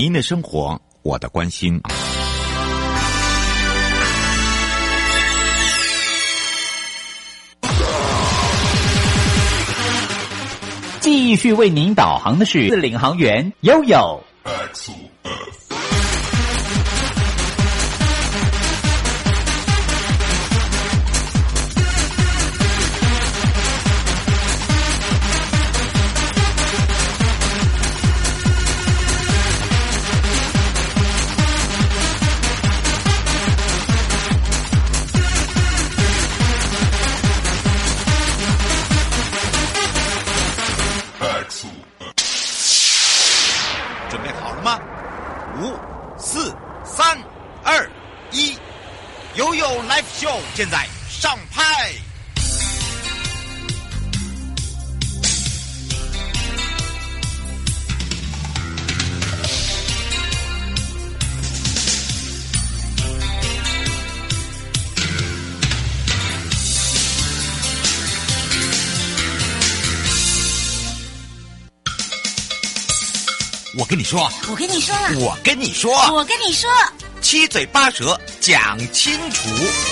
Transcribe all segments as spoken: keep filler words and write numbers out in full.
您的生活，我的关心。 继续为您导航的是领航员悠悠。 现在上拍。我跟你说， 我跟你说了， 我跟你说， 我跟你说， 七嘴八舌讲清楚。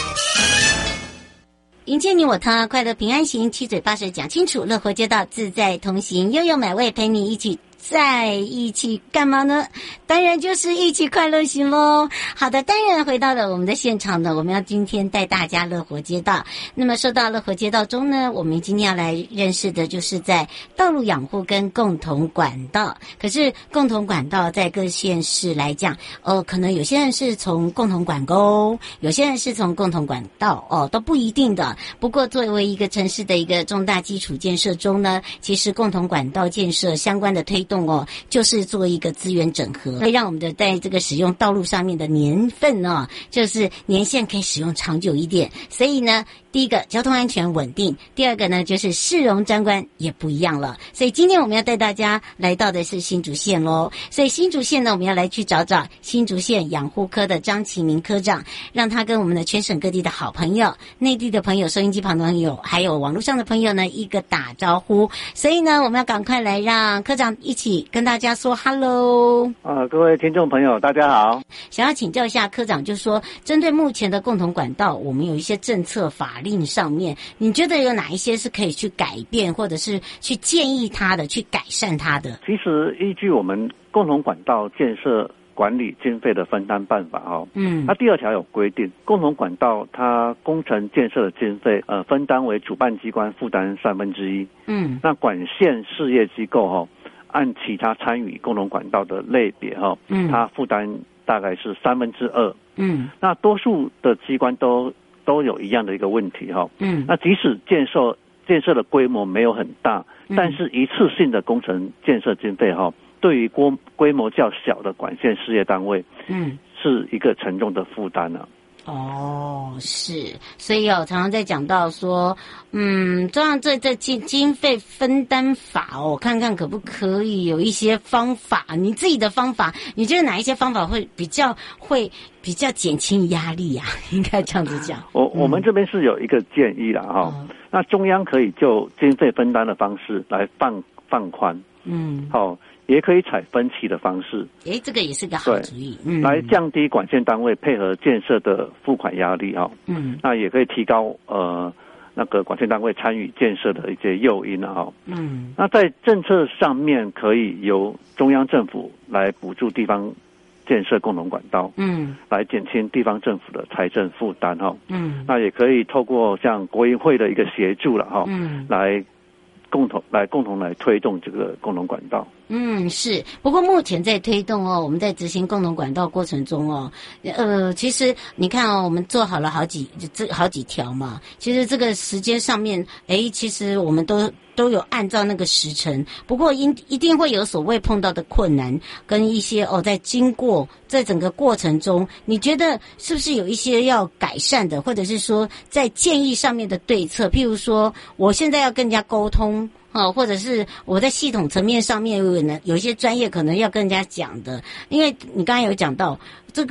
迎接你我他，快乐平安行，七嘴八舌讲清楚，乐活街道自在同行，悠悠美味陪你一起在一起干嘛呢？当然就是一起快乐行咯。好的，当然回到了我们的现场呢，我们要今天带大家乐活街道。那么说到乐活街道中呢，我们今天要来认识的就是在道路养护跟共同管道。可是共同管道在各县市来讲，哦，可能有些人是从共同管沟，有些人是从共同管道，哦，都不一定的。不过作为一个城市的一个重大基础建设中呢，其实共同管道建设相关的推动哦，就是做一个资源整合，会让我们的在这个使用道路上面的年份哦，就是年限可以使用长久一点。所以呢，第一个交通安全稳定，第二个呢就是市容沾光也不一样了。所以今天我们要带大家来到的是新竹县咯。所以新竹县呢，我们要来去找找新竹县养护科的张启明科长，让他跟我们的全省各地的好朋友、内地的朋友、收音机旁的朋友，还有网络上的朋友呢，一个打招呼。所以呢，我们要赶快来让科长一起跟大家说 hello。 呃，各位听众朋友，大家好。 想要请教一下科长，就是说针对目前的共同管道，我们有一些政策法令上面，你觉得有哪一些是可以去改变，或者是去建议它的，去改善它的？ 其实依据我们共同管道建设管理经费的分担办法哦，嗯，它第二条有规定，共同管道它工程建设的经费，呃，分担为主办机关负担三分之一，嗯，那管线事业机构哦，按其他参与共同管道的类别哈，嗯，它负担大概是三分之二，嗯，那多数的机关都都有一样的一个问题哈，嗯，那即使建设建设的规模没有很大，嗯，但是一次性的工程建设经费哈，对于规规模较小的管线事业单位，嗯，是一个沉重的负担呢。 哦，是，所以哦，常常在讲到说，嗯，这样这这经经费分担法哦，看看可不可以有一些方法，你自己的方法，你觉得哪一些方法会比较会比较减轻压力啊？应该这样子讲。 我我们这边是有一个建议啦哈，嗯，那中央可以就经费分担的方式来放放宽，嗯，好。也可以采分期的方式， 诶，这个也是个好主意，嗯， 来降低管线单位配合建设的付款压力啊，嗯，那也可以提高呃那个管线单位参与建设的一些诱因啊，嗯，那在政策上面可以由中央政府来补助地方建设共同管道，嗯，来减轻地方政府的财政负担哈，嗯，那也可以透过像国营会的一个协助了哈，嗯，来共同来共同来推动这个共同管道。 嗯，是。不过目前在推动哦，我们在执行共同管道过程中哦，呃，其实你看哦，我们做好了好几这好几条嘛，其实这个时间上面，诶，其实我们都都有按照那个时程，不过因一定会有所谓碰到的困难跟一些哦，在经过在整个过程中，你觉得是不是有一些要改善的，或者是说在建议上面的对策？譬如说，我现在要跟人家沟通。哦，或者是我在系统层面上面有有一些专业可能要跟人家讲的，因为你刚才有讲到这个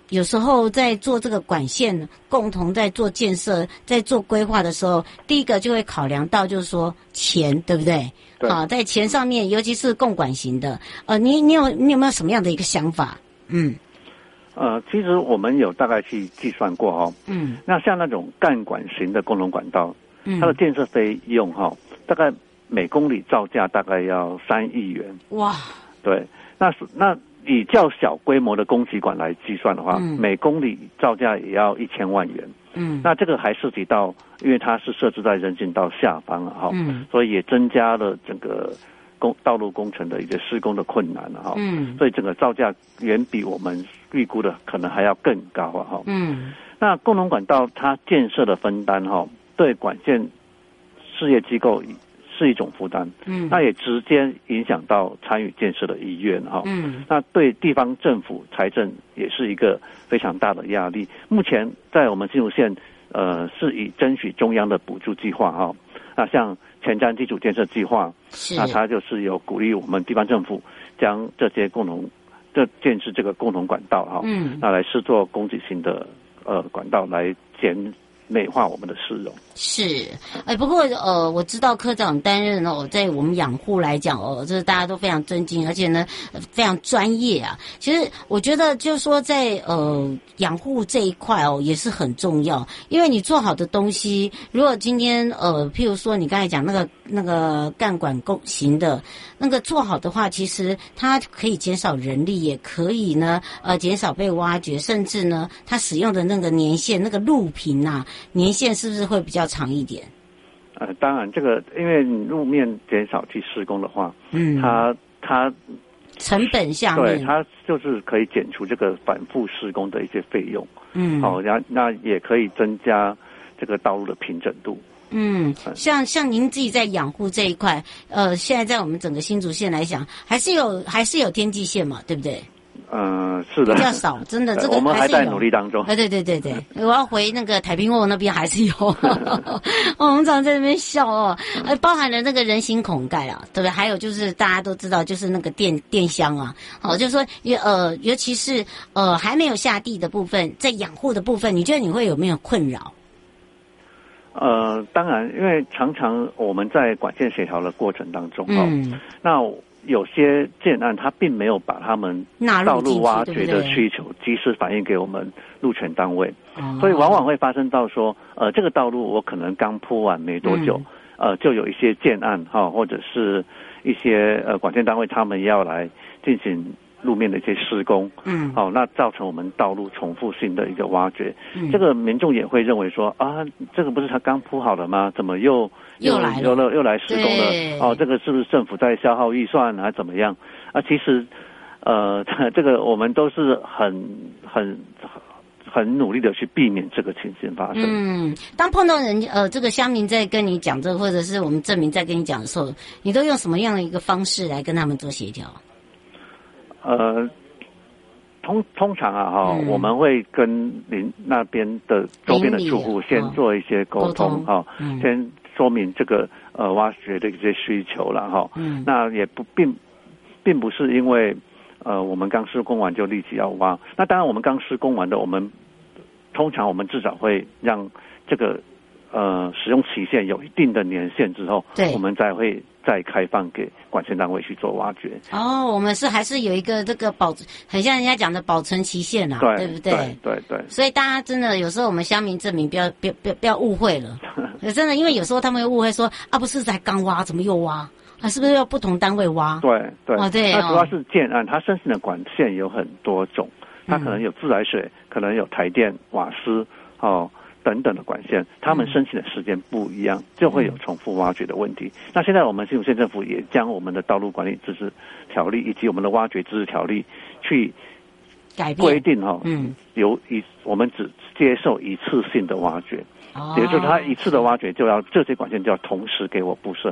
有时候在做这个管线，共同在做建设、在做规划的时候，第一个就会考量到就是说钱，对不对？ 对。 啊，在钱上面，尤其是共管型的，呃，你你有你有没有什么样的一个想法？嗯。 呃，其实我们有大概去计算过哈、哦，嗯，那像那种干管型的共同管道，嗯，它的建设费用哈、哦，大概每公里造价大概要三亿元。哇，对，那那以较小规模的供给管来计算的话，嗯、每公里造价也要一千万元。嗯，那这个还涉及到，因为它是设置在人行道下方啊，哈、嗯，所以也增加了整个工道路工程的一个施工的困难了哈。嗯，所以整个造价远比我们预估的可能还要更高啊哈。嗯，那共同管道它建设的分担哈，对管线事业机构是一种负担。嗯，那也直接影响到参与建设的意愿哈。嗯，那对地方政府财政也是一个非常大的压力。目前在我们新竹县，呃，是以争取中央的补助计划哈。那像前瞻基础建设计划，那它就是有鼓励我们地方政府将这些共同这建设这个共同管道哈，嗯，那来试做供给型的呃管道来减美化我们的市容。 是，哎，不过呃，我知道科长担任哦，在我们养护来讲哦，这大家都非常尊敬，而且呢非常专业啊。其实我觉得就是说在呃养护这一块哦也是很重要，因为你做好的东西，如果今天呃譬如说你刚才讲那个那个干管工型的那个做好的话，其实它可以减少人力，也可以呢呃减少被挖掘，甚至呢它使用的那个年限那个路坪啊年限是不是会比较长一点？ 呃，当然，这个因为你路面减少去施工的话，嗯，它它成本下面， 对，它就是可以减除这个反复施工的一些费用，嗯，好、哦，然那也可以增加这个道路的平整度。 嗯，像像您自己在养护这一块，呃，现在在我们整个新竹县来讲，还是有还是有天际线嘛，对不对？ 嗯，是的， 比较少，真的，这个我们还在努力当中。 哎，对对对对，我要回那个台平沃那边还是有，我们常在那边笑哦，呃，包含了那个人行孔盖啊，对不对？还有就是大家都知道，就是那个电电箱啊，好、哦，就是说，呃，尤其是呃还没有下地的部分，在养护的部分，你觉得你会有没有困扰？ 呃，当然，因为常常我们在管线协调的过程当中，嗯，哦、那。有些建案它并没有把他们道路挖掘的需求及时反映给我们路权单位，哦、所以往往会发生到说，呃，这个道路我可能刚铺完没多久，嗯、呃，就有一些建案哈、哦，或者是一些呃管线单位他们要来进行路面的一些施工，嗯，好、哦，那造成我们道路重复性的一个挖掘，嗯、这个民众也会认为说啊，这个不是他刚铺好的吗？怎么又又来又又来施工了？哦，这个是不是政府在消耗预算还怎么样？啊，其实，呃，这个我们都是很很很努力的去避免这个情形发生。 嗯，当碰到人呃这个乡民在跟你讲这个，或者是我们镇民在跟你讲的时候，你都用什么样的一个方式来跟他们做协调？呃， 通通常啊哈、嗯，我们会跟邻那边的周边的住户先做一些沟通哈、哦嗯，先说明这个呃挖掘的一些需求了哈、哦。嗯，那也不并并不是因为呃我们刚施工完就立即要挖。那当然我们刚施工完的，我们通常我们至少会让这个呃使用期限有一定的年限之后，对，我们才会再开放给管线单位去做挖掘。 哦，我们是还是有一个这个保，很像人家讲的保存期限啊，对，对不对？ 对对对。 所以大家真的有时候我们乡民证明不要不要不要不要误会了，真的，因为有时候他们会误会说啊，不是才刚挖，怎么又挖？啊，是不是要不同单位挖？ 对对。 哦，对。 那主要是建案，它申请的管线有很多种，它可能有自来水，嗯、可能有台电、瓦斯，哦。等等的管线，他们申请的时间不一样，就会有重复挖掘的问题。嗯、那现在我们新竹县政府也将我们的道路管理自治条例以及我们的挖掘自治条例去改变规定哈、哦，嗯，由一我们只接受一次性的挖掘，哦、也就是他一次的挖掘就要这些管线就要同时给我布设好。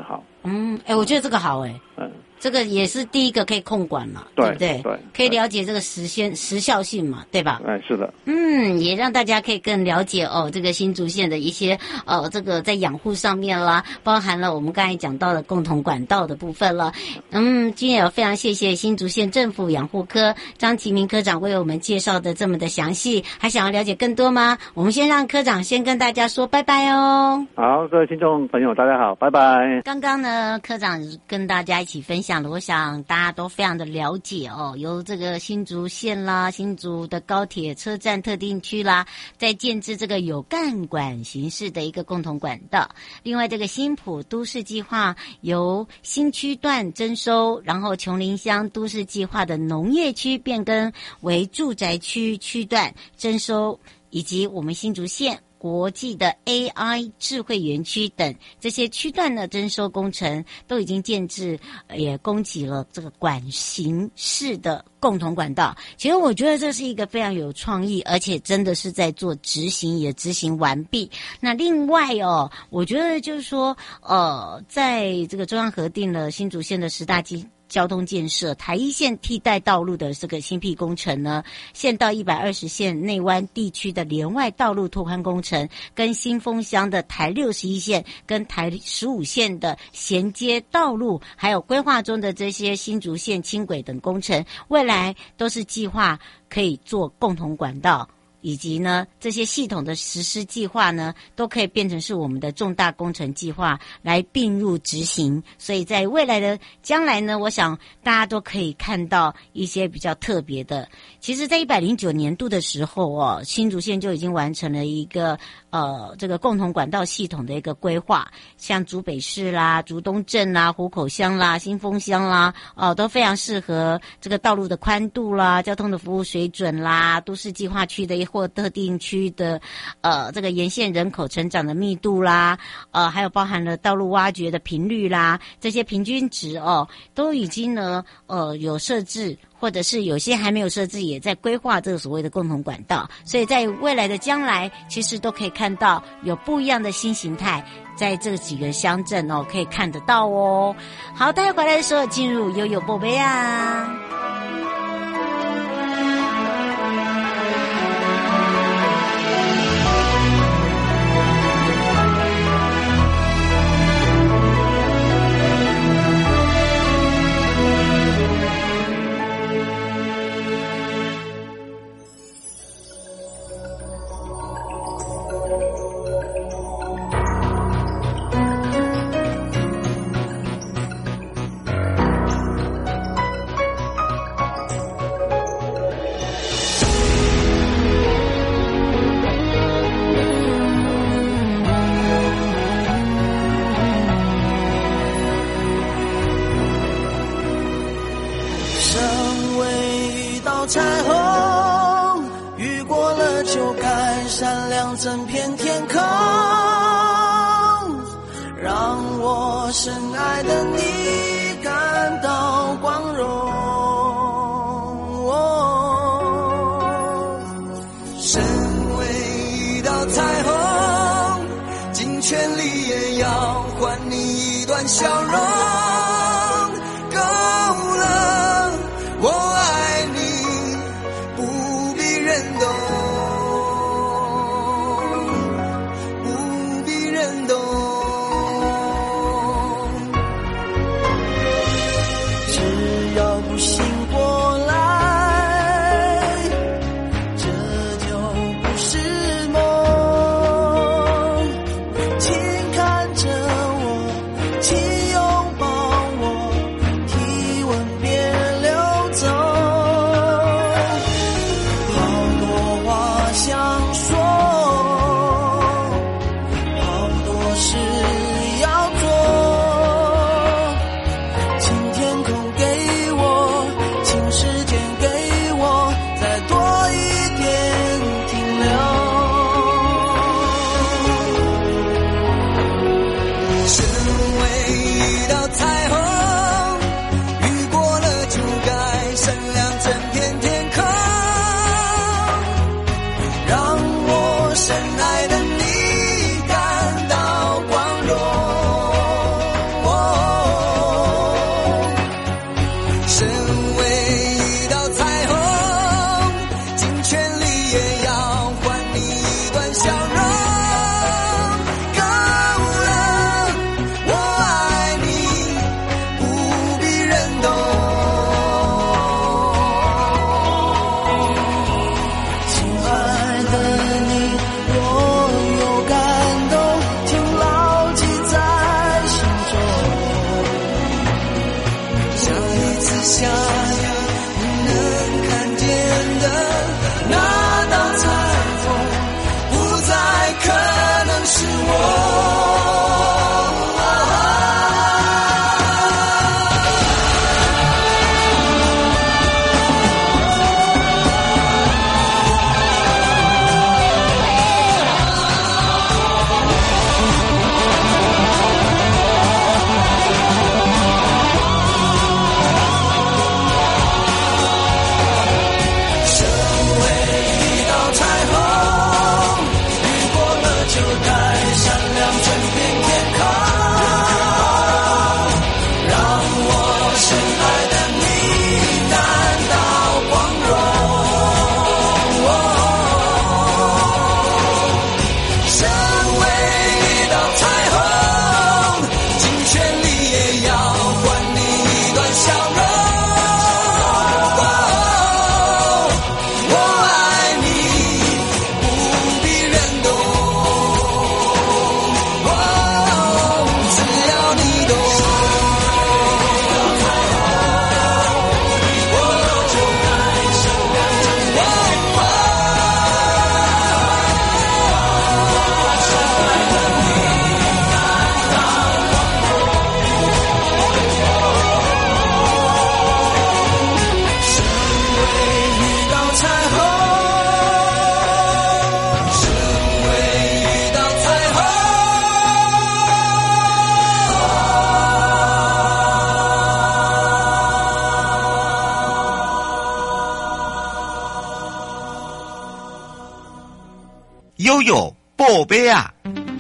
嗯，哎，我觉得这个好哎。嗯。这个也是第一个可以控管嘛，对不对？ 对， 可以了解这个时间时效性嘛，对吧？ 哎，是的。 嗯，也让大家可以更了解哦，这个新竹县的一些呃，这个在养护上面啦，包含了我们刚才讲到的共同管道的部分了。嗯，今天也非常谢谢新竹县政府养护科张其明科长为我们介绍的这么的详细，还想要了解更多吗？我们先让科长先跟大家说拜拜哦。 好，各位听众朋友，大家好，拜拜。 刚刚呢，科长跟大家一起分享。讲了，我想大家都非常的了解哦，由这个新竹县啦、新竹的高铁车站特定区啦，在建制这个有干管形式的一个共同管道。另外，这个新埔都市计划由新区段征收，然后琼林乡都市计划的农业区变更为住宅区区段征收，以及我们新竹县国际的 A I 智慧园区等这些区段的征收工程都已经建制，也供给了这个管形式的共同管道。其实我觉得这是一个非常有创意，而且真的是在做执行，也执行完毕。那另外哦，我觉得就是说，呃，在这个中央核定了新竹县的十大基交通建设，台一线替代道路的这个新辟工程呢，县道一百二十线内湾地区的连外道路拓宽工程，跟新丰乡的台六十一线跟台十五线的衔接道路，还有规划中的这些新竹县轻轨等工程，未来都是计划可以做共同管道。以及呢，这些系统的实施计划呢，都可以变成是我们的重大工程计划来并入执行。所以在未来的将来呢，我想大家都可以看到一些比较特别的。其实在一百零九年度的时候哦，新竹县就已经完成了一个呃这个共同管道系统的一个规划，像竹北市啦、竹东镇啦、湖口乡啦、新丰乡啦，哦、呃、都非常适合这个道路的宽度啦、交通的服务水准啦、都市计划区的或特定区的呃这个沿线人口成长的密度啦，呃还有包含了道路挖掘的频率啦，这些平均值哦都已经呢呃有设置，或者是有些还没有设置，也在规划这个所谓的共同管道。所以在未来的将来，其实都可以看到有不一样的新形态，在这几个乡镇哦可以看得到哦。好，待会回来的时候进入悠悠宝贝啊。 整片天空，让我深爱的你感到光荣。哦，身为一道彩虹，尽全力也要还你一段笑容。够了，我爱你，不必认懂。 请拥抱悠悠宝贝啊！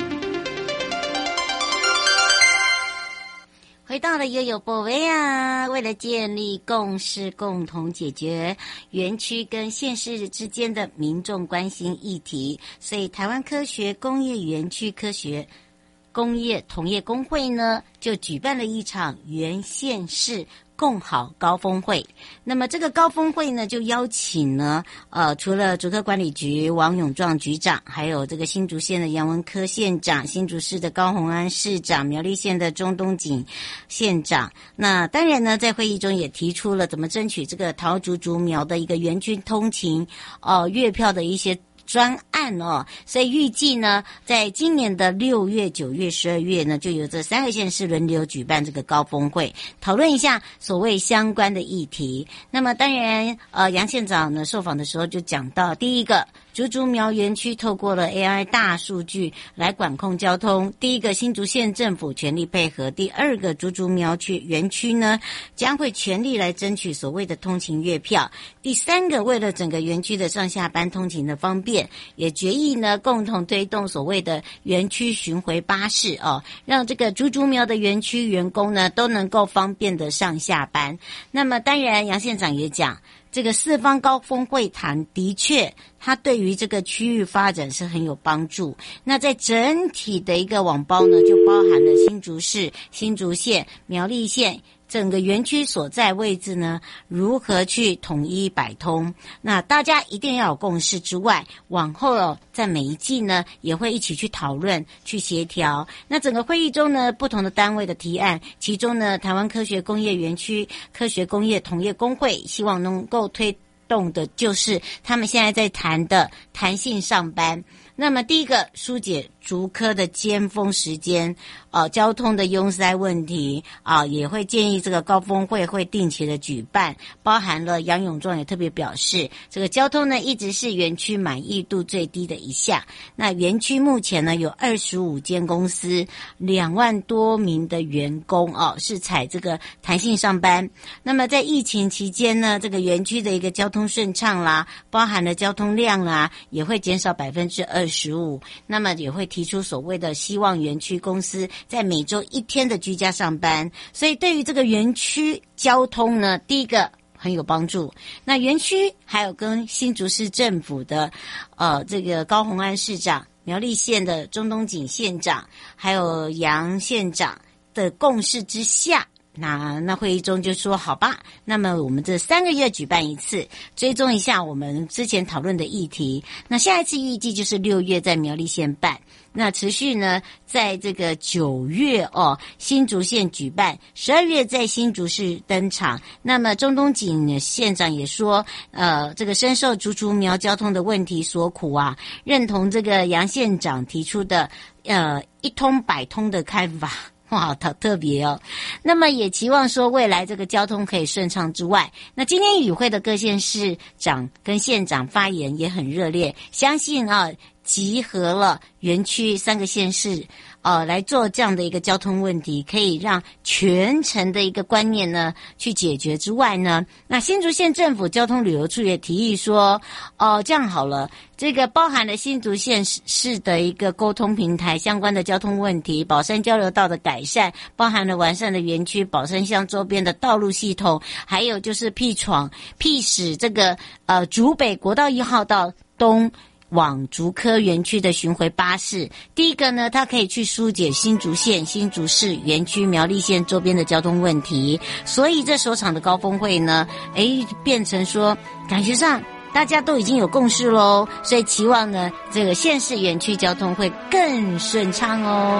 回到了悠悠宝贝啊，为了建立共识，共同解决园区跟县市之间的民众关心议题，所以台湾科学工业园区科学工业同业工会呢，就举办了一场原县市共好高峰会。那么这个高峰会呢，就邀请呢，呃，除了竹科管理局王永壮局长，还有这个新竹县的杨文科县长，新竹市的高虹安市长，苗栗县的钟东锦县长。那当然呢，在会议中也提出了怎么争取这个桃竹竹苗的一个园区通勤呃月票的一些专案哦，所以预计呢，在今年的六月、九月、十二月呢，就由这三个县市轮流举办这个高峰会，讨论一下所谓相关的议题。那么当然，呃，杨县长呢受访的时候就讲到，第一个，竹竹苗园区透过了 A I 大数据来管控交通，第一个，新竹县政府全力配合；第二个，竹竹苗区园区呢将会全力来争取所谓的通勤月票；第三个，为了整个园区的上下班通勤的方便，也决议呢共同推动所谓的园区巡回巴士哦，让这个竹竹苗的园区员工呢都能够方便的上下班。那么当然杨县长也讲，这个四方高峰会谈的确它对于这个区域发展是很有帮助。那在整体的一个网包呢，就包含了新竹市、新竹县、苗栗县整个园区所在位置呢，如何去统一百通？那大家一定要有共识之外，往后哦，在每一季呢，也会一起去讨论、去协调。那整个会议中呢，不同的单位的提案，其中呢，台湾科学工业园区科学工业同业工会希望能够推动的就是他们现在在谈的弹性上班。那么第一个，疏解竹科的尖峰时间，呃，交通的拥塞问题啊、呃，也会建议这个高峰会会定期的举办。包含了杨永壮也特别表示，这个交通呢一直是园区满意度最低的一项。那园区目前呢有二十五间公司，两万多名的员工哦，是采这个弹性上班。那么在疫情期间呢，这个园区的一个交通顺畅啦，包含了交通量啦，也会减少百分之二十五。那么也会提出所谓的希望园区公司在每周一天的居家上班，所以对于这个园区交通呢，第一个很有帮助。那园区还有跟新竹市政府的呃这个高虹安市长、苗栗县的钟东锦县长，还有杨县长的共识之下，那那会议中就说好吧，那么我们这三个月举办一次，追踪一下我们之前讨论的议题。那下一次预计就是六月在苗栗县办，那持续呢在这个九月哦新竹县举办，十二月在新竹市登场。那么钟东锦县长也说，呃，这个深受竹竹苗交通的问题所苦啊，认同这个杨县长提出的呃一通百通的看法。哇，特特别哦。那么也期望说未来这个交通可以顺畅之外，那今天与会的各县市长跟县长发言也很热烈，相信啊集合了园区三个县市呃来做这样的一个交通问题，可以让全城的一个观念呢去解决之外呢，那新竹县政府交通旅游处也提议说，哦、呃、这样好了，这个包含了新竹县市的一个沟通平台相关的交通问题，宝山交流道的改善，包含了完善的园区宝山乡周边的道路系统，还有就是辟闯辟使这个呃竹北国道一号到东往竹科园区的巡回巴士。第一个呢，它可以去疏解新竹县、新竹市园区、苗栗县周边的交通问题。所以这首场的高峰会呢，诶，变成说感觉上大家都已经有共识咯，所以期望呢这个县市园区交通会更顺畅哦。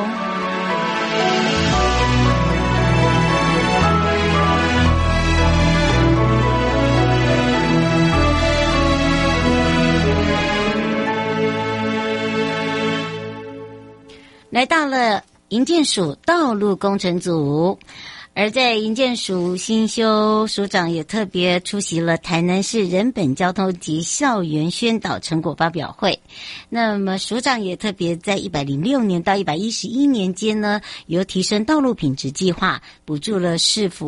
来到了营建署道路工程组，而在营建署新修署长也特别出席了台南市人本交通及校园宣导成果发表会。那么署长也特别在一百零六年到一百一十一年间呢，由提升道路品质计划补助了市府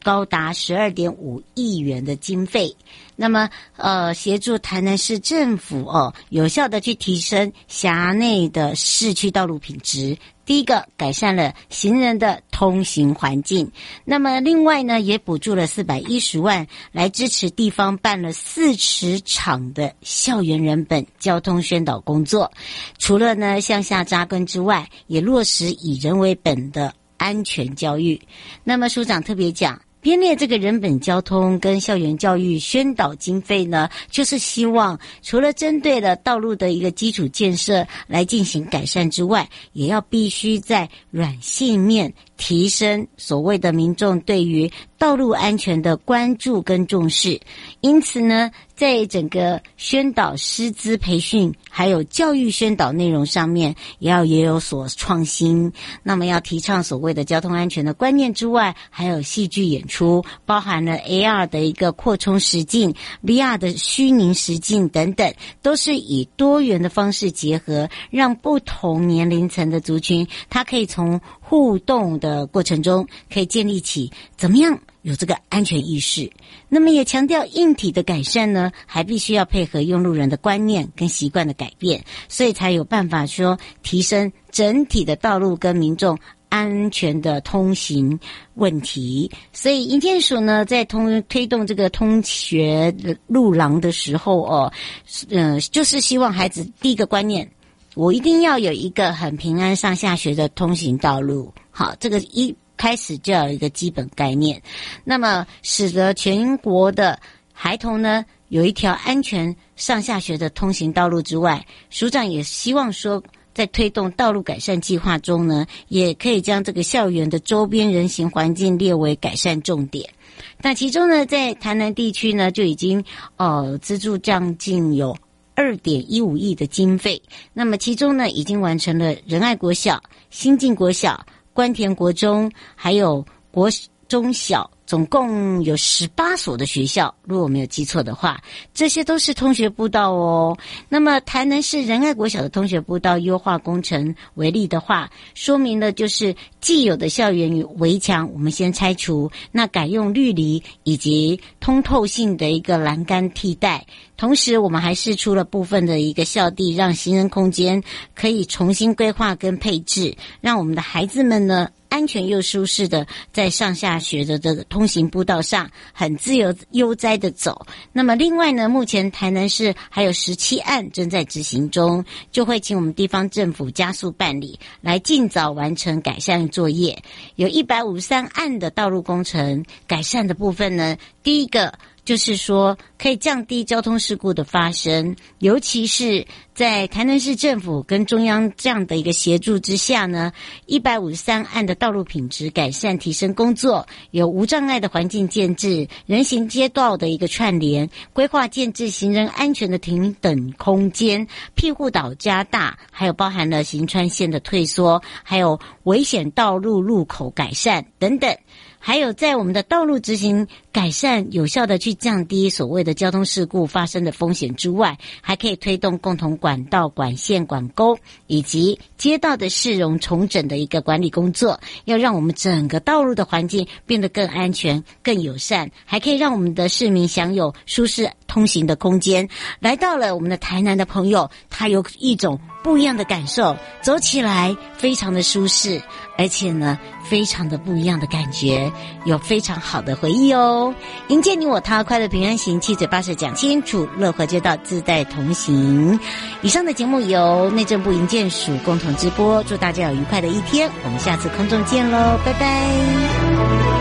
高达十二点五亿元的经费。那么呃协助台南市政府哦有效的去提升辖内的市区道路品质。第一个，改善了行人的通行环境。那么另外呢，也补助了四百一十万来支持地方办了四十场的校园人本交通宣导工作。除了呢向下扎根之外，也落实以人为本的安全教育。那么署长特别讲，编列这个人本交通跟校园教育宣导经费呢，就是希望除了针对了道路的一个基础建设来进行改善之外，也要必须在软性面提升所谓的民众对于道路安全的关注跟重视。因此呢，在整个宣导师资培训还有教育宣导内容上面，也要也有所创新。那么要提倡所谓的交通安全的观念之外，还有戏剧演出，包含了 A R 的一个扩充实境， V R 的虚拟实境等等，都是以多元的方式结合，让不同年龄层的族群，它可以从互动的过程中可以建立起怎么样有这个安全意识。那么也强调硬体的改善呢，还必须要配合用路人的观念跟习惯的改变，所以才有办法说提升整体的道路跟民众安全的通行问题。所以营建署呢，在通推动这个通学路廊的时候哦，呃，就是希望孩子第一个观念，我一定要有一个很平安上下学的通行道路。好，这个一开始就要有一个基本概念，那么使得全国的孩童呢有一条安全上下学的通行道路之外，署长也希望说在推动道路改善计划中呢，也可以将这个校园的周边人行环境列为改善重点。那其中呢，在台南地区呢，就已经呃资助将近有二点一五亿的经费。那么其中呢，已经完成了仁爱国小、新进国小、关田国中，还有国中小，总共有十八所的学校，如果我没有记错的话，这些都是通学步道哦。那么台南市仁爱国小的通学步道优化工程为例的话，说明了就是既有的校园与围墙我们先拆除，那改用绿篱以及通透性的一个栏杆替代。同时我们还释出了部分的一个校地，让行人空间可以重新规划跟配置，让我们的孩子们呢安全又舒适的在上下学的这个通行步道上很自由悠哉的走。那么另外呢，目前台南市还有十七案正在执行中，就会请我们地方政府加速办理，来尽早完成改善作业。有一百五十三案的道路工程改善的部分呢，第一个就是说可以降低交通事故的发生，尤其是在台南市政府跟中央这样的一个协助之下呢，一百五十三案的道路品质改善提升工作，有无障碍的环境建制、人行街道的一个串联、规划建制行人安全的停等空间、庇护岛加大，还有包含了行川线的退缩，还有危险道路路口改善等等。还有在我们的道路执行改善，有效的去降低所谓的交通事故发生的风险之外，还可以推动共同管道、管线、管沟以及街道的市容重整的一个管理工作，要让我们整个道路的环境变得更安全、更友善，还可以让我们的市民享有舒适通行的空间。来到了我们的台南的朋友，他有一种不一样的感受，走起来非常的舒适，而且呢非常的不一样的感觉，有非常好的回忆哦。迎接你我他，快乐平安行，七嘴八舌讲清楚，乐活街道自在同行。以上的节目由内政部营建署共同直播，祝大家有愉快的一天，我们下次空中见喽，拜拜。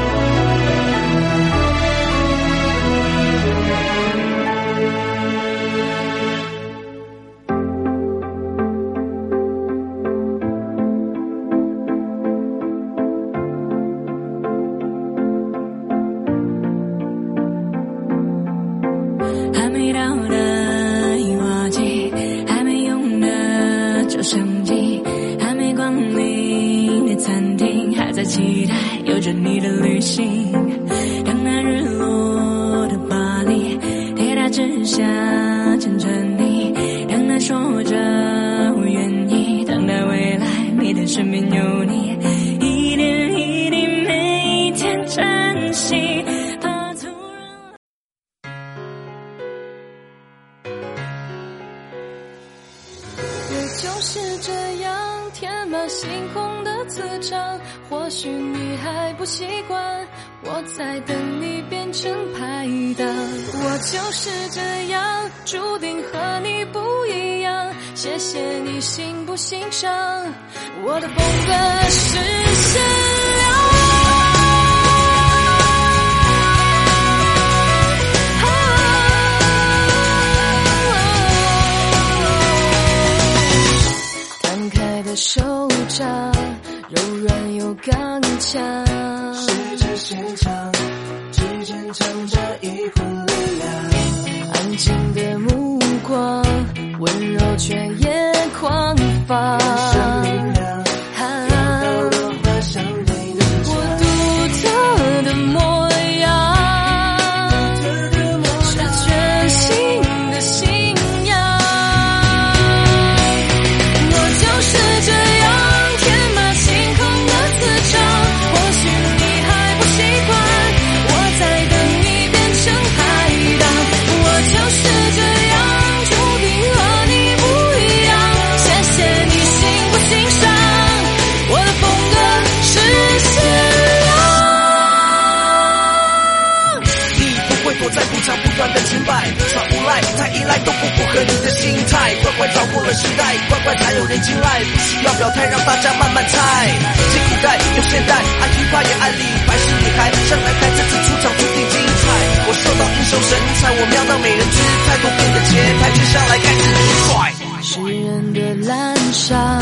期待有着你的旅行，等那日落的巴黎，铁塔之下牵着你，等那说着我愿意，等待未来你的身边有你，一点一滴每一天珍珍惜，怕突然。我就是这样填满星空的磁场，或许你还不习惯，我在等你变成排档。我就是这样注定和你不一样，谢谢你欣不欣赏我的风格是限量。摊开的手掌柔软又刚强， 十指纤长，指尖藏着一股力量。 安静的目光，温柔却也狂放。 像明亮，看到了花香对的家。 我独特的模样，是全新的信仰。我就是这样填满星空的磁场，或许你还不习惯，我在等你变成排档。我就是这样注定和你不一样，谢谢你欣不欣赏我的风格是限量。 你不会躲在不长不短的清白，耍无赖太依赖都不符合你的心态。乖乖找过了时代，乖乖才有人青睐，不需要表态让大家慢慢猜。既古代又现代，爱琵琶也爱李白，是女孩上来台，这次出场注定精彩。我受到英雄神采，我瞄到美人姿态，多变的节拍，接下来开始甩。 诗人的滥觞